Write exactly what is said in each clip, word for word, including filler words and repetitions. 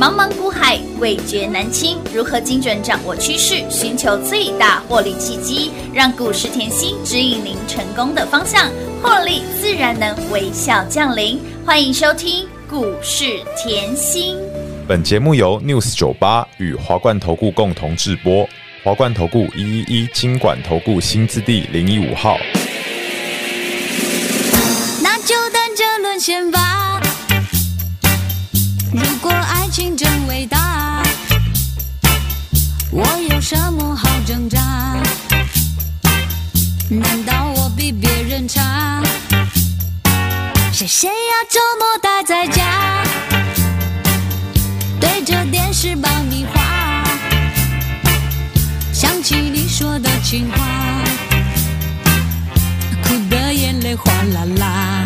茫茫股海，味觉难清。如何精准掌握趋势，寻求最大获利契机，让股市甜心指引您成功的方向，获利自然能微笑降临。欢迎收听股市甜心。 本节目由 News 九十八与华冠投顾共同制播，华冠投顾一一一金管投顾新字第零一五号。 那就等着沦陷吧。如果爱情真伟大，我有什么好挣扎？难道我比别人差？谁谁要周末待在家，对着电视爆米花，想起你说的情话，哭的眼泪哗啦啦。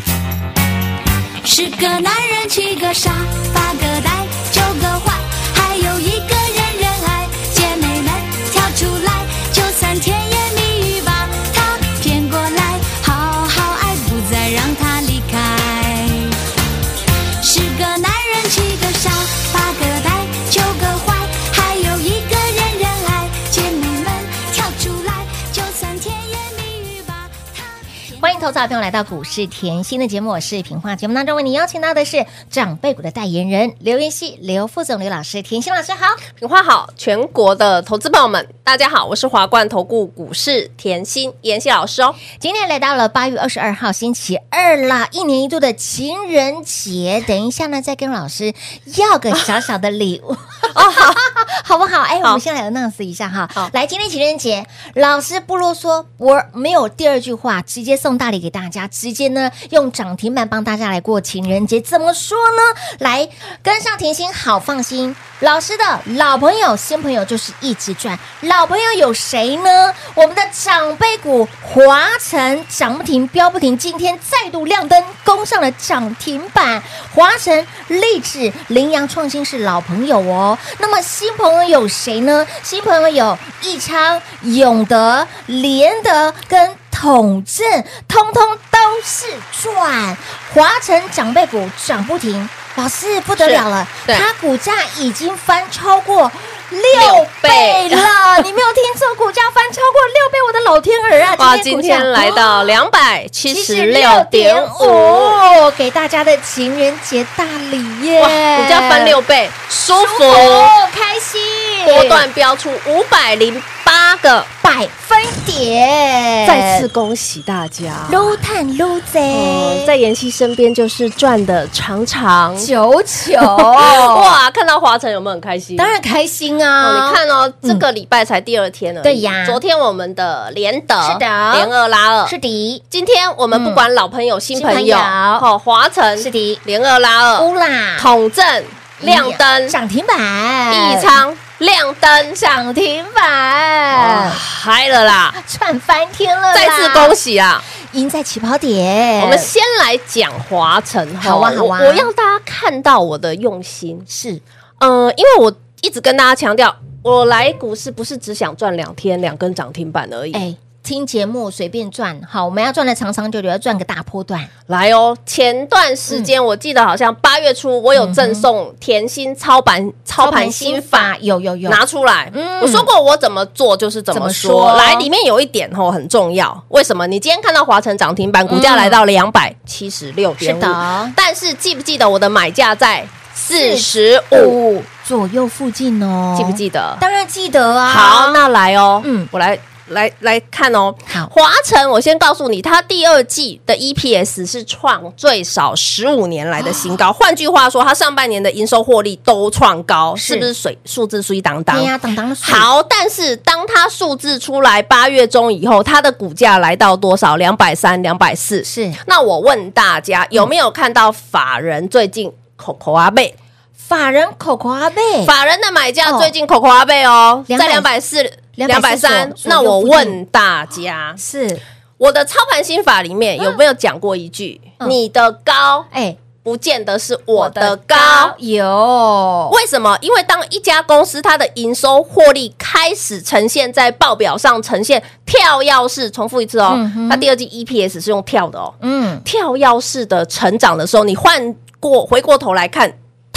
十个男人七个傻，八个呆九个坏，还有一个人人爱。姐妹们跳出来，就算甜言蜜语把他骗过来，好好爱，不再让他离开。十个男人七个傻，八个呆九个坏，还有一个人人爱。姐妹们跳出来，就算甜言蜜语把他骗过来。 欢迎投资好朋友来到股市甜心的节目，我是品化。节目当中为你邀请到的是长辈股的代言人刘元熙、刘副总、刘老师。甜心老师好， 品化好，全国的投资朋友们大家好，我是华冠投顾股市甜心妍希老师哦。 今天来到了八月二十二号星期二啦，一年一度的情人节，等一下呢再跟老师要个小小的礼物哦，好，好不好？哎，我们先来 announce 一下哈。好，来，今天情人节，老师不啰嗦，我没有第二句话，直接送大礼给大家，直接呢用涨停板帮大家来过情人节。怎么说呢？来跟上甜心好放心，老师的老朋友新朋友就是一直赚。老朋友有谁呢？我们的长辈股华晨涨不停飙不停，今天再度亮灯攻上了涨停板。华晨、立志、羚羊创新是老朋友哦。那么新朋友有谁呢？新朋友有益昌、永德、联德跟统正，通通都是赚。华晨长辈股涨不停，老师不得了了，它股价已经翻超过六倍了，你没有听错，股价翻超过六倍，我的老天儿啊！ 哇，今天来到两百七十六点五， 给大家的情人节大礼耶！ 哇，股价翻六倍，舒服， 开心， 波段飙出五百零八个百分点， 再次恭喜大家， 撸探撸贼、 嗯，在妍希身边就是赚的长长久久。 哇，看到华晨有没有很开心？ 当然开心啊！ 哦、你看哦，这个礼拜才第二天了、嗯， 对呀。 昨天我们的联德是的， 联二拉二是的。 今天我们不管老朋友、嗯、新朋友， 哦， 华晨是的， 联二拉二， 乌啦， 统正亮灯涨停板， 益昌亮灯涨停板， 嗨、哦、了啦， 赚翻天了啦！ 再次恭喜啊！ 赢在起跑点。 我们先来讲华晨， 好啊好啊， 我，我要大家看到我的用心是， 呃，因为我一直跟大家强调，我来股市不是只想赚两天两根涨停板而已。 哎，听节目随便赚，好，我们要赚的长长久久，要赚个大波段。 来哦，前段时间、嗯、我记得好像八月初我有赠送甜心操盘、嗯、操盘心法， 有有有拿出来、嗯。我说过我怎么做就是怎么说。 么说来，里面有一点哦很重要，为什么？你今天看到华晨涨停板，股价来到两百七十六点五，是的。但是记不记得我的买价在四十五左右附近哦？ 记不记得？ 当然记得啊。 好，那来哦， 嗯， 我来。来来看哦， 好， 华晨，我先告诉你，它第二季的 E P S 是创最少十五年来的新高。换、哦、句话说，它上半年的营收获利都创高，是, 是不是水数字水当当？ 对呀、啊，当当的水。 好，但是当它数字出来八月中以后，它的股价来到多少？两百三、两百四。 是。 那我问大家，有没有看到法人最近口口阿贝？ 法人口口阿贝， 法人的买价最近口口阿贝哦，在两百四。两百三，那我问大家， 是我的操盘心法里面有没有讲过一句？嗯、你的高，哎、欸，不见得是我的高。 有， 为什么？因为当一家公司它的营收获利开始呈现在报表上呈现跳跃式，重复一次哦，嗯、它第二季 E P S 是用跳的哦，嗯，跳跃式的成长的时候，你换过回过头来看。它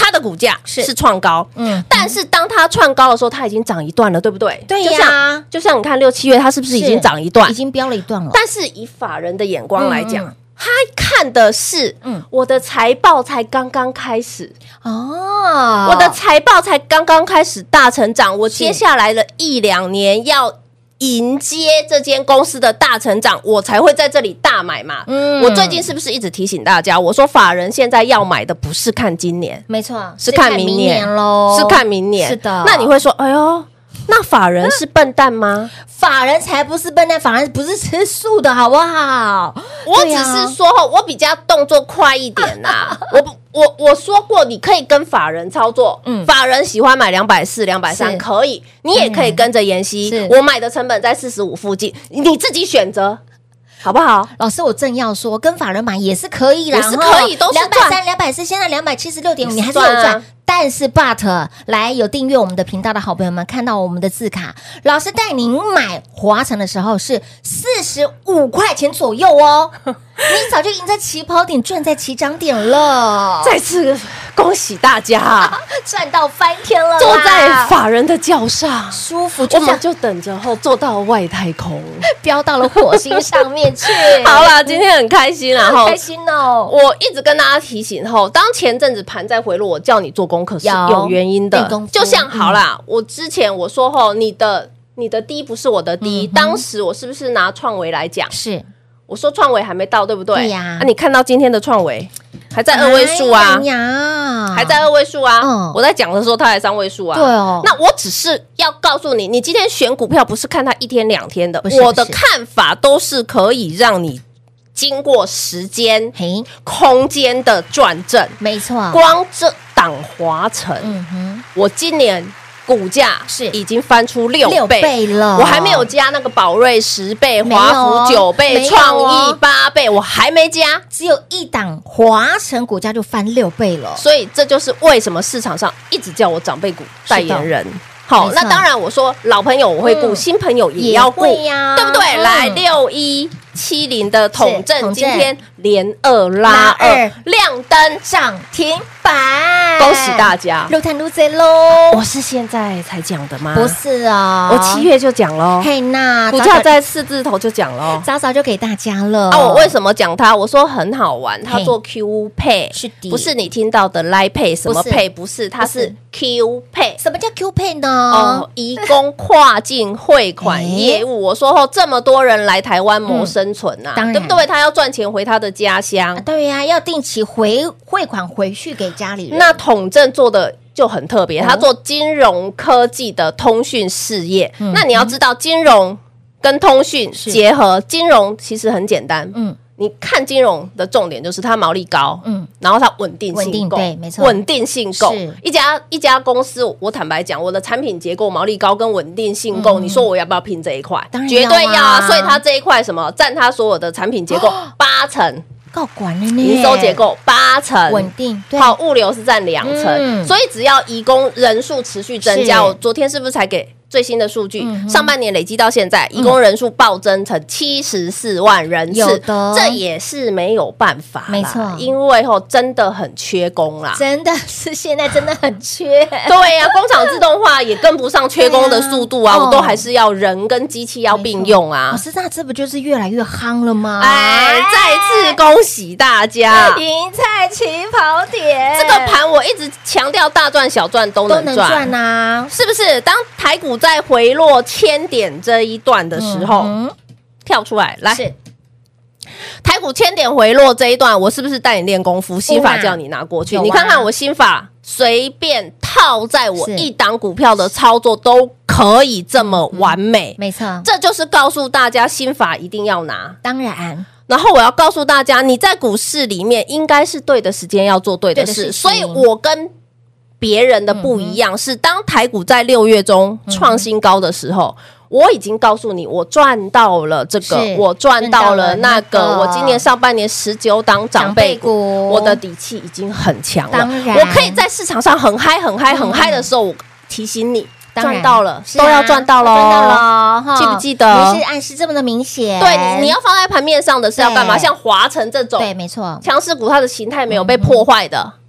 它的股价是是创高， 嗯， 但是当它创高的时候，它已经涨一段了，对不对？ 对呀就像就像你看六七月，它是不是已经涨一段？ 已经飙了一段了。 但是以法人的眼光来讲， 嗯嗯他看的是， 嗯嗯，我的财报才刚刚开始， 哦， 我的财报才刚刚开始大成长，我接下来的一两年要迎接这间公司的大成长，我才会在这里大买嘛。 嗯我最近是不是一直提醒大家，我说法人现在要买的不是看今年， 没错， 是看明年喽， 是看明年。 是的。 那你会说，哎呦，那法人是笨蛋吗？ 法人才不是笨蛋，法人不是吃素的好不好？ 我只对啊是说，我比较动作快一点呐、我不，我我说过，你可以跟法人操作， 嗯法人喜欢买两百四、两百是三，可以，你也可以跟着妍希是， 我买的成本在四十五附近，你自己选择，好不好？ 老师，我正要说，跟法人买也是可以啦， 也是可以都是赚两百三、两百四，现在两百七十六点五， 也是你还是有赚啊赚。但是 but 来有订阅我们的频道的好朋友们，看到我们的字卡，老师带您买华城的时候是四十五块钱左右哦，你早就赢在起跑点，赚在起涨点了， 再次恭喜大家啊， 赚到翻天了啦， 坐在法人的轿上。 舒服， 我就像们就等着后坐到外太空。 飙到了火星上面去。 好啦，今天很开心啦，哈开，心哦！ 我一直跟大家提醒后，当前阵子盘在回落，我叫你做功课是有有原因的练功夫。 就像好啦，我之前我说后，你的你的低不是我的低，当时我是不是拿创维来讲？ 是我说创维还没到，对不对？ 对呀啊，你看到今天的创维还在二位数啊哎，呀， 还在二位数啊嗯。 我在讲的时候，它还三位数啊。 对哦那我只是要告诉你，你今天选股票不是看它一天两天的不是， 我的不是看法都是可以让你经过时间、 嘿， 空间的转正。 没错， 光这档华城， 嗯哼， 我今年股价是已经翻出六六倍倍了， 我还没有加那个宝瑞十倍、 没有华哦孚九倍、 没有哦创意八倍，我还没加。 只有一档华城股价就翻六倍了， 所以这就是为什么市场上一直叫我长辈股代言人。好， 没错那当然我说老朋友我会顾， 嗯新朋友也要顾也会呀对不对？ 嗯来六一七零的统是统正， 正今天连二拉拉二二亮灯， 涨停板， 恭喜大家！ 陆探陆贼喽！ 我是现在才讲的吗？ 不是啊， 我七月就讲了， 嘿那股早早价在四字头就讲了。 早早就给大家了啊，我为什么讲它？我说很好玩，它嘿做 Q Pay， 是的不是你听到的 Line Pay 什么不是 Pay，不是，它不是是 Q Pay。 什么叫 Q Pay 呢？ 哦，移工跨境汇款业务，我说后这么多人来台湾谋生存呐、 嗯当然对不对？他要赚钱回他的家乡啊，对呀，要定期回汇款回去给家里人。 那统正做的就很特别， 哦他做金融科技的通讯事业。 嗯那你要知道，金融跟通讯是结合，金融其实很简单。 嗯， 你看金融的重点就是它毛利高， 嗯嗯，然后它稳定稳定性够， 对没错稳定性够是。 一家一家公司，我坦白讲，我的产品结构毛利高跟稳定性够，你说我要不要拼这一块？ 嗯当然绝对要啊要啊！所以它这一块什么占它所有的产品结构八成， 告管了呢， 营收结构八成， 稳定，对， 好，物流是占两成， 嗯所以只要移工人数持续增加， 是我昨天是不是才给最新的数据？ 嗯哼上半年累积到现在，移工人数暴增成七十四万人次， 有的这也是没有办法啦， 没错因为吼真的很缺工啦。 真的是现在真的很缺， 对呀、工厂自动化也跟不上缺工的速度啊， 对啊我都还是要人跟机器要并用啊老。师，那这不就是越来越夯了吗？ 哎，再次恭喜大家！ 赢在起跑点， 这个盘我一直强调，大赚小赚都都能能赚， 赚啊！ 是不是？当台股在回落千点这一段的时候， 嗯跳出来来， 是台股千点回落这一段，我是不是带你练功夫？心法叫你拿过去， 有啊你看看我心法，随便套在我是一档股票的操作都可以这么完美。 没错， 这就是告诉大家，心法一定要拿。 当然然后我要告诉大家，你在股市里面应该是对的时间要做对的事， 对的事情所以我跟别人的不一样，是当台股在六月中创新高的时候。我已经告诉你，我赚到了这个是， 我赚到了那个。 赚到了那个我今年上半年十九档长辈长辈股我的底气已经很强了。 当然我可以在市场上很嗨、很嗨、很嗨的时候，我提醒你， 当然赚到了， 是啊都要赚到喽， 赚到了，哈记不记得你是暗示这么的明显， 对，你你要放在盘面上的是要干嘛？ 对像华晨这种对，没错， 强势股，它的形态没有被破坏的，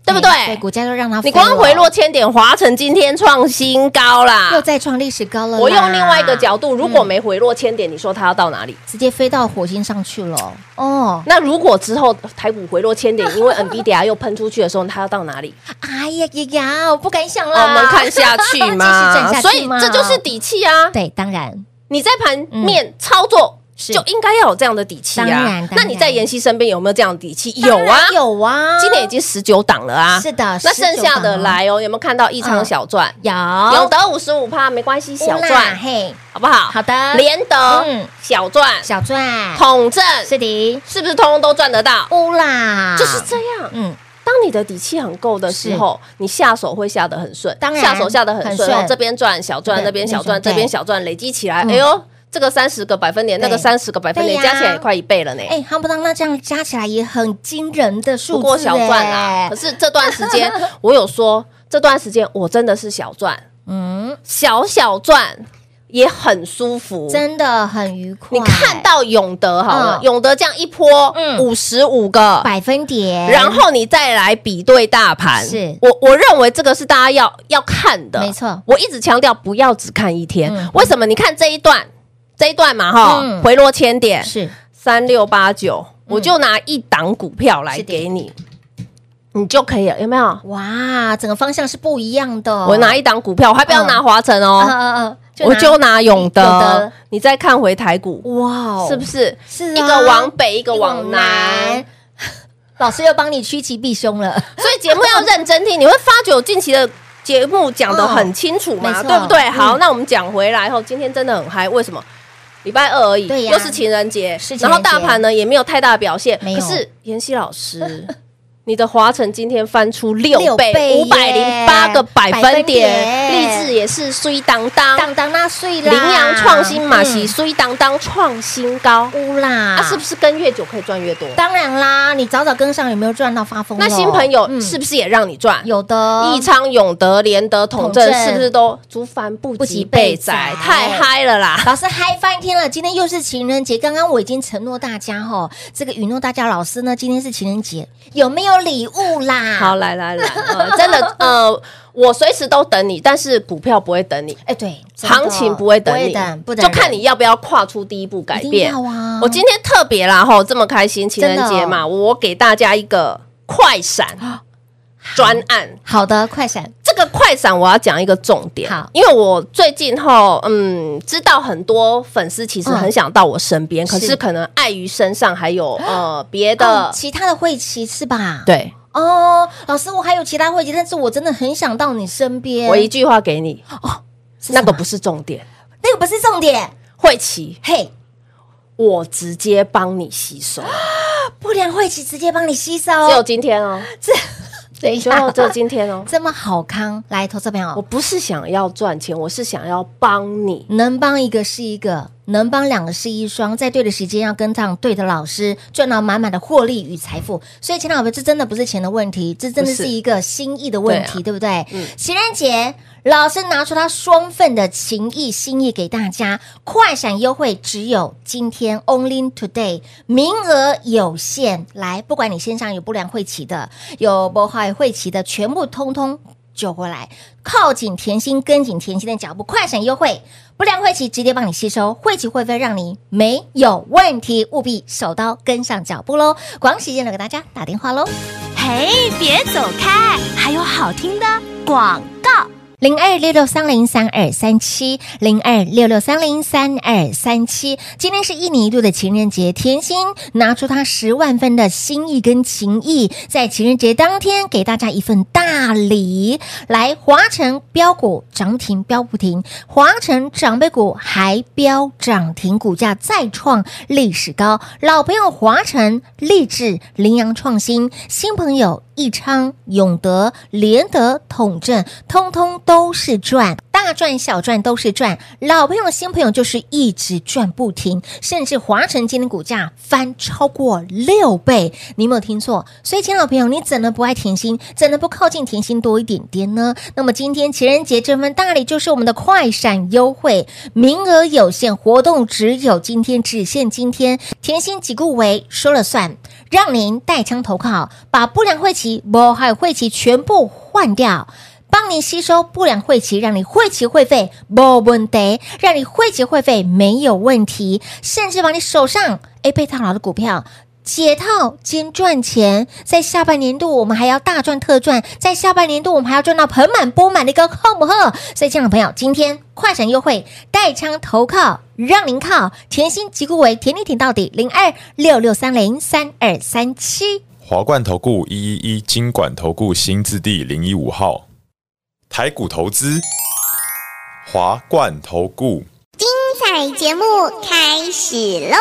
对不对？ 对，股价就让它你光回落千点，华晨今天创新高啦， 又再创历史高了啦。 我用另外一个角度，如果没回落千点，你说它要到哪里？ 直接飞到火星上去了哦。 那如果之后台股回落千点，因为 NVIDIA 又喷出去的时候，它要到哪里？ 哎呀呀呀，我不敢想了。 我们看下去嘛， 继续赚下去所以嘛这就是底气啊。 对，当然你在盘面操作。 是就应该要有这样的底气啊！ 当然当然那你在妍希身边有没有这样的底气？有啊， 有啊， 今年已经十九档了啊！ 是的， 那剩下的来哦，有没有看到一仓小赚？ 有， 永德五十五趴没关系，小赚， 嘿， 好不好？ 好的， 联德嗯小赚， 小赚， 统正是的， 是不是通通都赚得到？ 乌啦， 就是这样， 嗯。 当你的底气很够的时候，你下手会下得很顺， 当然下手下得很顺， 很顺哦，这边赚小赚， 对那边小赚， 对这边小赚，累积起来， 嗯哎呦，这个三十个百分点，那个对三十个百分点， 对呀加起来也快一倍了呢。 哎，夯不啷那这样加起来也很惊人的数字， 不过小赚啦，可是这段时间我有说，这段时间我真的是小赚， 嗯， 小小赚也很舒服， 真的很愉快。 你看到永德好了， 嗯永德这样一波嗯五十五个百分点， 然后你再来比对大盘， 是我我认为这个是大家要要看的， 没错我一直强调不要只看一天， 嗯为什么？你看这一段，这一段嘛哈， 嗯回落千点是三六八九，我就拿一档股票来给你，你就可以了，有没有？ 哇，整个方向是不一样的。 我拿一档股票，我还不要拿华晨嗯哦， 嗯嗯， 我就拿永永德德， 你再看回台股， 哇哦， 是不是？ 是啊一个往北，一个往南。 老师又帮你趋吉避凶了。 所以节目要认真听，你会发觉我近期的节目讲得很清楚嘛， 哦没错对不对？ 嗯好，那我们讲回来后，今天真的很嗨，为什么？礼拜二而已， 对呀又是情人节是，情人节然后大盘呢也没有太大的表现， 没有可是妍希老师。你的华晨今天翻出六六倍倍， 耶五百零八个百分百分点， 点励志也是衰当当， 当当那碎啦， 羚羊创新马喜嗯衰当当创新高， 乌啦， 啊，是不是跟越久可以赚越多？ 当然啦，你早早跟上，有没有赚到发疯了？ 那新朋友嗯是不是也让你赚？ 有的益昌、永德、联德、统正统正是不是都竹凡不及不及备载？ 备载太嗨了啦！ 老师嗨翻天了！今天又是情人节，刚刚我已经承诺大家哈，这个允诺大家，老师呢今天是情人节，有没有礼物啦？ 好，来来来，呃，真的，呃，我随时都等你，但是股票不会等你， 哎，对，真的行情不会等你， 不会等，不等就看你要不要跨出第一步改一变定要啊！ 我今天特别啦，吼，这么开心，情人节真的嘛，我给大家一个快闪专案。 好的，快闪， 这个快闪我要讲一个重点， 好因为我最近后嗯知道很多粉丝其实很想到我身边，可是是可能碍于身上还有呃别哦的， 其他的会期是吧？ 对哦，老师，我还有其他会期，但是我真的很想到你身边。 我一句话给你， 是什么那个不是重点， 那个不是重点， 会期嘿， 我直接帮你吸收， 不良会期直接帮你吸收， 只有今天哦， 等一只有只有今天哦， 这么好康，来，投资朋我友， 不是想要赚钱，我是想要帮你。 能帮一个是一个，能帮两个是一双，在对的时间要跟上对的老师，赚到满满的获利与财富。所以，亲爱的朋友，这真的不是钱的问题，这真的不是是一个心意的问题， 对啊对不对？ 嗯情人节。老师拿出他双份的情意心意给大家，快闪优惠只有今天 only today， 名额有限。来，不管你身上有不良会期的，有不坏会期的，全部通通救回来，靠紧甜心，跟紧甜心的脚步，快闪优惠，不良会期直接帮你吸收，会期会费让你没有问题，务必手刀跟上脚步喽！广时间了，给大家打电话喽。 嘿，别走开，还有好听的广告。 零二六六三零三二三七，零二六六三零三二三七。今天是一年一度的情人节，甜心拿出他十万分的心意跟情意，在情人节当天给大家一份大礼。来，华晨标股涨停标不停，华晨长辈股还标涨停，股价再创历史高。老朋友华晨、励志、羚羊创新，新朋友益昌、永德、联德、统正，通通都是赚，大赚小赚都是赚。老朋友新朋友就是一直赚不停，甚至华晨今天股价翻超过六倍，你有没有听错？所以亲爱的朋友，你怎能不爱甜心，怎能不靠近甜心多一点点呢？那么今天情人节这份大礼就是我们的快闪优惠，名额有限，活动只有今天，只限今天，甜心几顾为说了算， 让您带枪投靠，把不良晦气、不好晦气全部换掉。帮您吸收不良晦气，让你晦气会废没问题，让你晦气会废没有问题，甚至把你手上 A 被套牢的股票解套兼赚钱。在下半年度我们还要大赚特赚，在下半年度我们还要赚到盆满钵满的一个好不好？所以这样的朋友，今天快闪优惠，带枪投靠，让您靠，甜心即顾为，甜你挺到底，零二六六三零三二三七。 华冠投顾一一一金管投顾新字第零一五号。台股投资，华冠投顾。 彩节目开始喽！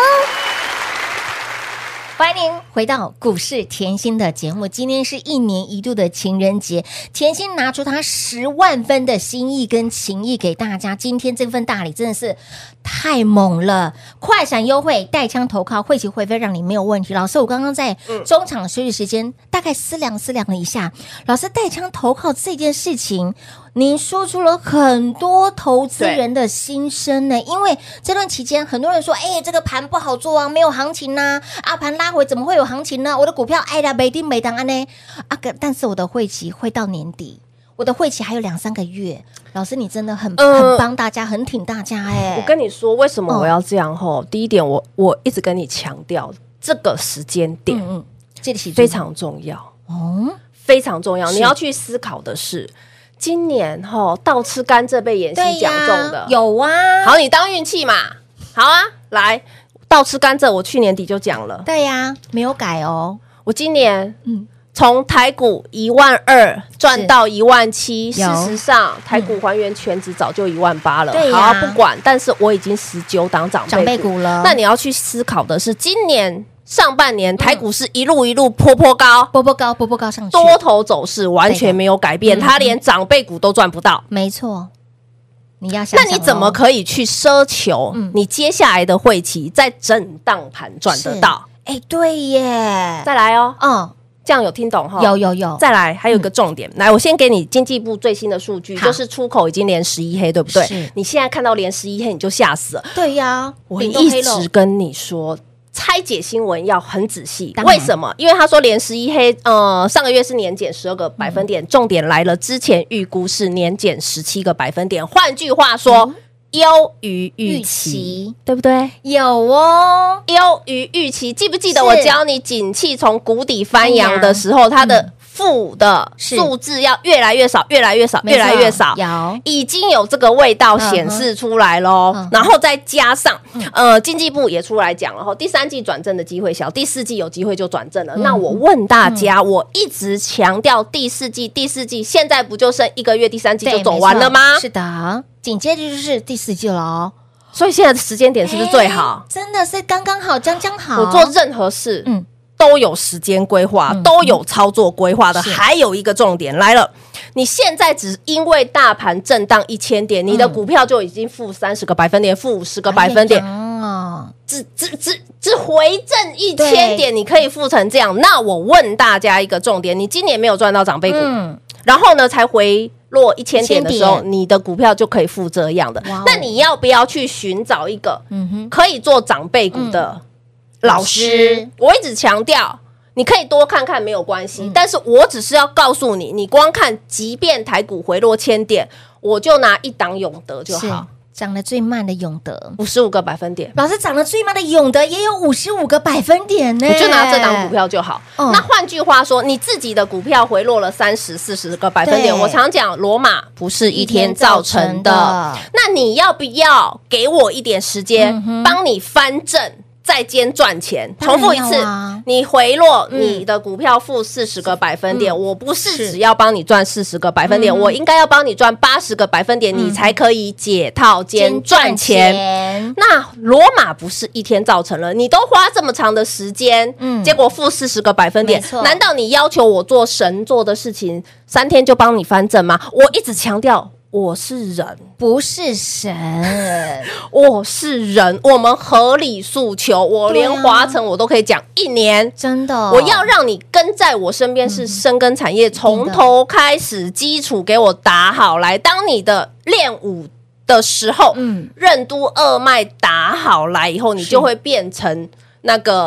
欢迎您回到股市甜心的节目。今天是一年一度的情人节，甜心拿出他十万分的心意跟情意给大家。今天这份大礼真的是太猛了！快闪优惠，带枪投靠，会期会费让你没有问题。老师，我刚刚在中场休息时间、嗯、大概思量思量了一下，老师带枪投靠这件事情，您说出了很多投资人的心声呢。因为这段期间，很多人说：“哎、欸，这个盘不好做啊，没有行情呐、啊，啊，盘拉回怎么会有行情呢？我的股票哎呀，没定没当安呢啊！但是我的会期会到年底，我的会期还有两三个月。老师，你真的很、呃、很帮大家，很挺大家哎、欸。 我跟你说，为什么我要这样吼？哦、第一点，我我一直跟你强调，这个时间点，嗯嗯，这里非常重要哦，非常重要。你要去思考的是。今年吼倒吃甘蔗被妍希讲中的有啊， 好，你当运气嘛，好啊，来倒吃甘蔗，我去年底就讲了， 对呀、啊，没有改哦。 我今年嗯，从台股一万二赚到一万七，事实上台股还原全值早就一万八了， 对、啊， 好、啊、不管，但是我已经十九档长长辈股了。 那你要去思考的是，今年上半年台股是一路一路波波高， 波波高，波波高上去， 多头走势完全没有改变，它连长辈股都赚不到。 没错，你要想想、哦， 那你怎么可以去奢求你接下来的会期在震荡盘赚得到？ 哎、欸，对耶， 再来哦， 嗯， 这样有听懂哈？ 有有有， 再来还有一个重点，嗯、来，我先给你经济部最新的数据，就是出口已经连十一黑，对不对？你现在看到连十一黑，你就吓死了。 对呀、啊， 我一直跟你说。拆解新闻要很仔细，为什么？因为他说连十一黑，呃，上个月是年减十二个百分点，嗯、重点来了，之前预估是年减十七个百分点，换句话说，优于预期，对不对？ 有哦， 优于预期，记不记得我教你景气从谷底翻扬的时候，它的、嗯负的数字要越来越少，越来越少，越来越少， 有已经有这个味道显示出来咯、嗯、然后再加上、嗯、呃，经济部也出来讲了后，第三季转正的机会小，第四季有机会就转正了、嗯、那我问大家、嗯、我一直强调第四季第四季现在不就剩一个月，第三季就走完了吗？ 是的，紧接着就是第四季了哦。 所以现在的时间点是不是最好？ 真的是刚刚好，将将好。 我做任何事嗯都有时间规划、嗯，都有操作规划的。还有一个重点来了，你现在只因为大盘震荡一千点、嗯，你的股票就已经负三十个百分点，负五十个百分点，哦、只只只只回正一千点，你可以负成这样。那我问大家一个重点，你今年没有赚到长辈股，嗯、然后呢才回落一千点的时候，你的股票就可以负这样的。那你要不要去寻找一个可以做长辈股的？嗯老师，我一直强调，你可以多看看没有关系、嗯，但是我只是要告诉你，你光看，即便台股回落千点，我就拿一档永德就好， 涨得最慢的永德五十五个百分点， 老师涨得最慢的永德也有五十五个百分点呢， 我就拿这档股票就好。哦、那换句话说，你自己的股票回落了三十、四十个百分点，我常讲罗马不是一天造成的，那你要不要给我一点时间，帮、嗯、你翻正？再兼赚钱，重复一次、啊，你回落你的股票负四十个百分点、嗯，我不是只要帮你赚四十个百分点、嗯，我应该要帮你赚八十个百分点、嗯，你才可以解套兼赚钱。那罗马不是一天造成了，你都花这么长的时间，嗯，结果负四十个百分点，难道你要求我做神做的事情，三天就帮你翻正吗？我一直强调。我是人， 不是神。 我是人，我们合理诉求。我连华城我都可以讲一年， 真的、哦。 我要让你跟在我身边，是深耕产业，从、嗯、头开始，基础给我打好来。当你的练武的时候，嗯，任督二脉打好来以后，你就会变成那个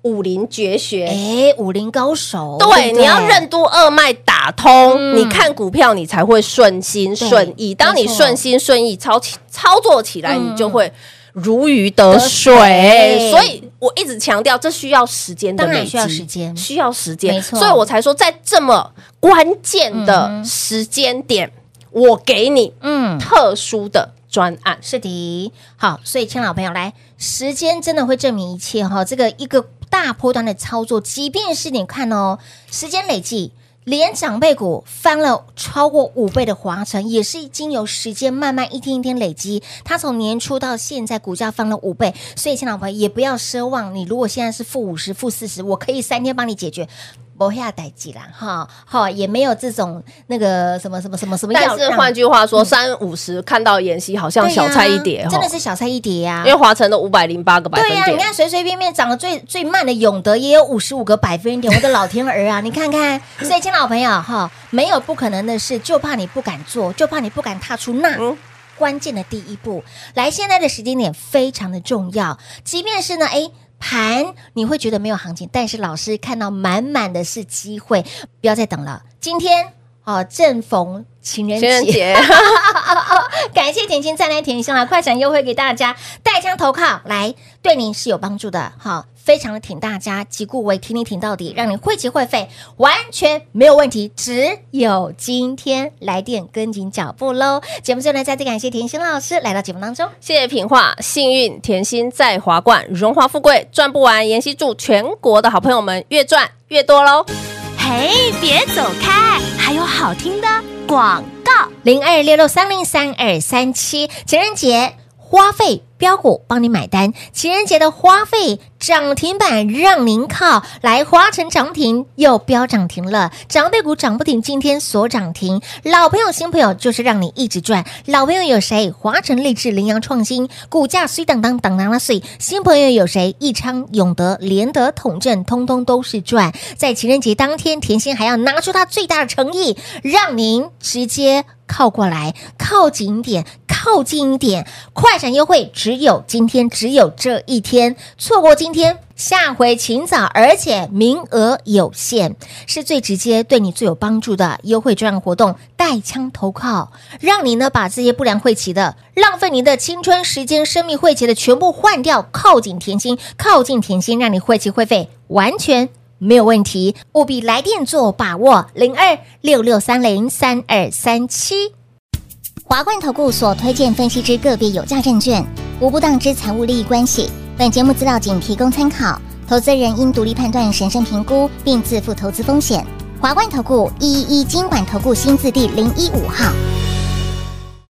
武林绝学。 哎，武林高手， 对， 不你要任督二脉打通， 嗯你看股票你才会顺心顺意。当你没错顺心顺意操起操作起来， 嗯你就会如鱼得得水。 水所以我一直强调，这需要时间的累积， 当然需要时间需要时间。 没错所以我才说，在这么关键的嗯时间点，我给你嗯。 特殊的专案。 是的，好，所以亲爱的朋友，来，时间真的会证明一切哈。这个一个大波段的操作，即便是你看哦，时间累计，连长辈股翻了超过五倍的华晨，也是经由时间慢慢一天一天累积，它从年初到现在股价翻了五倍。所以亲爱的朋友，也不要奢望你如果现在是负五十、负四十，我可以三天帮你解决。不下代际啦，哈，好，也没有这种那个什么什么什么什么但要让， 是换句话说，三五十看到妍希好像小菜一碟， 对呀真的是小菜一碟呀、 因为华晨的五百零八个百分对呀、 点， 你看随随便便涨得最最慢的永德也有五十五个百分点，我的老天儿啊！你看看，所以，亲爱的朋友哈，没有不可能的事，就怕你不敢做，就怕你不敢踏出那。 嗯关键的第一步，来，现在的时间点非常的重要，即便是呢，哎。盘你会觉得没有行情，但是老师看到满满的是机会，不要再等了。今天哦，正逢情人节， 情人节感谢甜心再来甜心啦，快闪优惠给大家，带枪投靠来对您是有帮助的，好，非常的挺大家，即顾为挺你挺到底，让你会齐会费完全没有问题，只有今天来电跟紧脚步喽。节目最后呢，再次感谢甜心老师来到节目当中。 谢谢品画，幸运甜心在华冠，荣华富贵赚不完。妍希祝全国的好朋友们越赚越多喽！ 嘿，别走开，还有好听的广告。 零二六六三零三二三七，情人节花费标股帮你买单，情人节的花费涨停板让您靠，来华晨涨停又飙涨停了，长辈股涨不停，今天锁涨停，老朋友新朋友就是让你一直赚。老朋友有谁？华晨、励志、羚羊、创新，股价虽当当当当了碎。新朋友有谁？益昌、永德、联德、统正，通通都是赚。在情人节当天，甜心还要拿出它最大的诚意，让您直接靠过来，靠近一点，靠近一点，快闪优惠只有今天，只有这一天，错过今天，下回请早，而且名额有限，是最直接对你最有帮助的优惠专案活动，带枪投靠，让你呢把这些不良晦气的、浪费你的青春时间、生命晦气的全部换掉，靠近甜心，靠近甜心，让你晦气会费完全没有问题，务必来电做把握，零二六六三零三二三七。 华冠投顾所推荐分析之个别有价证券，无不当之财务利益关系。本节目资料仅提供参考，投资人应独立判断、审慎评估，并自负投资风险。华冠投顾一一一金管投顾新字第零一五号。